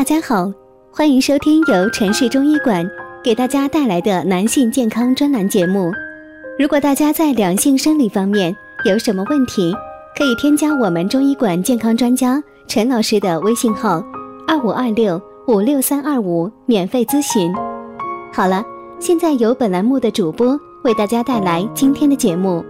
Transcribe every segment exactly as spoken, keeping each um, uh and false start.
大家好，欢迎收听由城市中医馆给大家带来的男性健康专栏节目。如果大家在两性生理方面有什么问题，可以添加我们中医馆健康专家陈老师的微信号二五二六五六三二五免费咨询。好了，现在由本栏目的主播为大家带来今天的节目。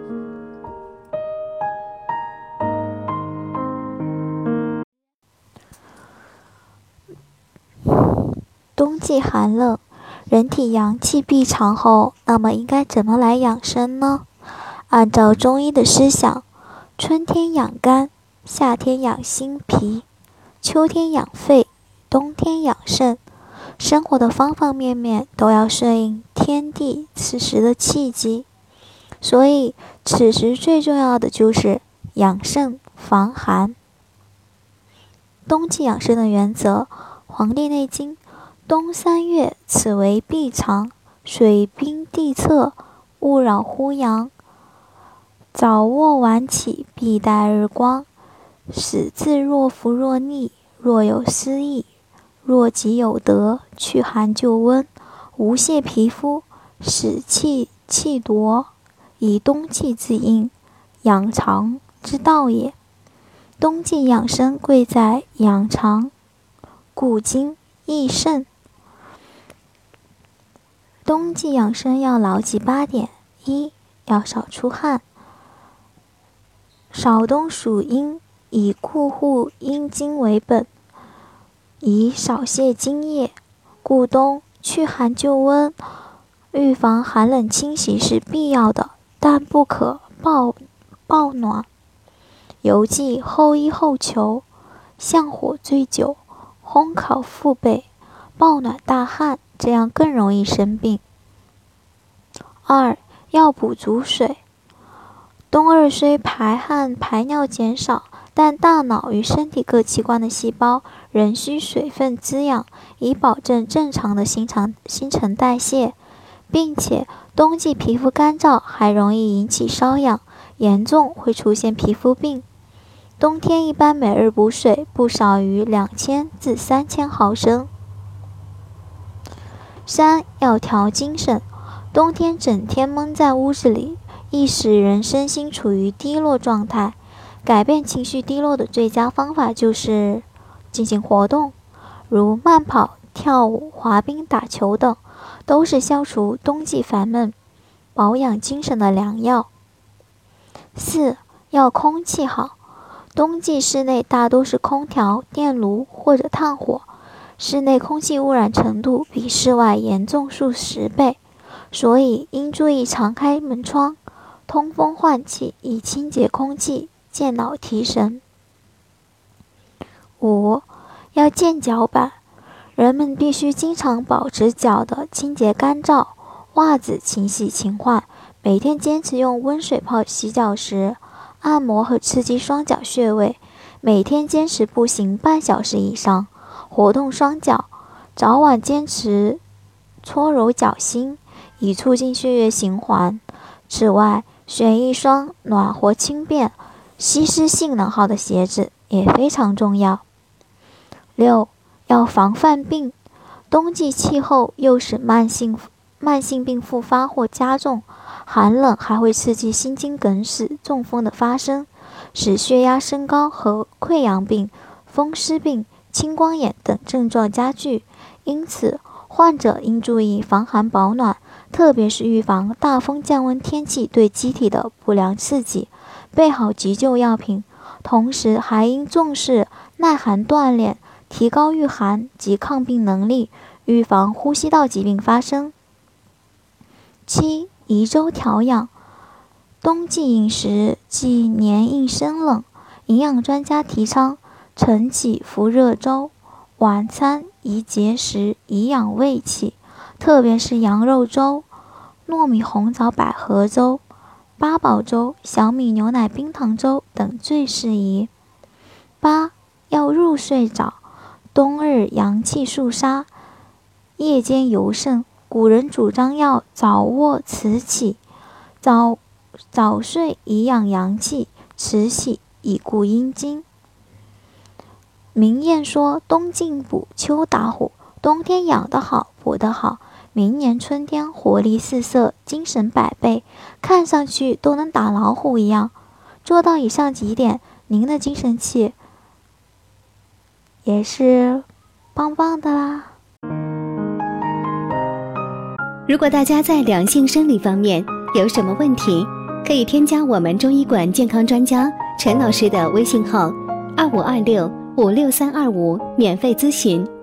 冬季寒冷，人体阳气闭藏后，那么应该怎么来养生呢？按照中医的思想，春天养肝，夏天养心脾，秋天养肺，冬天养肾。生活的方方面面都要顺应天地此时的气机，所以此时最重要的就是养肾防寒。冬季养生的原则，《黄帝内经》冬三月，此为闭藏，水冰地侧，勿扰乎阳。早卧晚起，必待日光。使自若服若逆，若有思意，若即有得，去寒就温，无泄皮肤，使气气夺，以冬气之应，养藏之道也。冬季养生贵在养藏，固精益肾。冬季养生要牢记八点：一、要少出汗。少冬属阴，以固护阴经为本，以少泄津液，故冬去寒就温，预防寒冷侵袭是必要的，但不可暴暴暖。尤忌后衣后裘，向火追酒，烘烤腹背，暴暖大汗，这样更容易生病。二、要补足水。冬日虽排汗排尿减少，但大脑与身体各器官的细胞仍需水分滋养，以保证正常的新陈新陈代谢，并且冬季皮肤干燥还容易引起瘙痒，严重会出现皮肤病。冬天一般每日补水不少于两千至三千毫升。三、要调精神。冬天整天闷在屋子里，易使人身心处于低落状态。改变情绪低落的最佳方法就是进行活动，如慢跑、跳舞、滑冰、打球等，都是消除冬季烦闷、保养精神的良药。四、要空气好。冬季室内大多是空调、电炉或者炭火，室内空气污染程度比室外严重数十倍，所以应注意常开门窗，通风换气，以清洁空气，健脑提神。五、要健脚板。人们必须经常保持脚的清洁干燥，袜子勤洗勤换，每天坚持用温水泡洗脚时，按摩和刺激双脚穴位，每天坚持步行半小时以上，活动双脚，早晚坚持搓揉脚心，以促进血液循环。此外，选一双暖和轻便、吸湿性能好的鞋子也非常重要。六、要防范病。冬季气候又使慢性慢性病复发或加重，寒冷还会刺激心肌梗死、中风的发生，使血压升高和溃疡病、风湿病、青光眼等症状加剧。因此，患者应注意防寒保暖，特别是预防大风降温天气对机体的不良刺激，备好急救药品。同时，还应重视耐寒锻炼，提高御寒及抗病能力，预防呼吸道疾病发生。七、宜粥调养。冬季饮食忌黏硬生冷，营养专家提倡晨起服热粥，晚餐宜节食，以养胃气，特别是羊肉粥、糯米红枣百合粥、八宝粥、小米牛奶冰糖粥等最适宜。八、要入睡早。冬日阳气肃杀，夜间尤甚，古人主张要早卧迟起，早早睡以养阳气，迟起以固阴经。 名谚说冬进补，秋打虎，冬天养得好，补得好，明年春天活力四射，精神百倍，看上去都能打老虎一样。做到以上几点，您的精神气也是棒棒的啦。 如果大家在两性生理方面有什么问题，可以添加我们中医馆健康专家陈老师的微信号二五二六五六三二五免费咨询。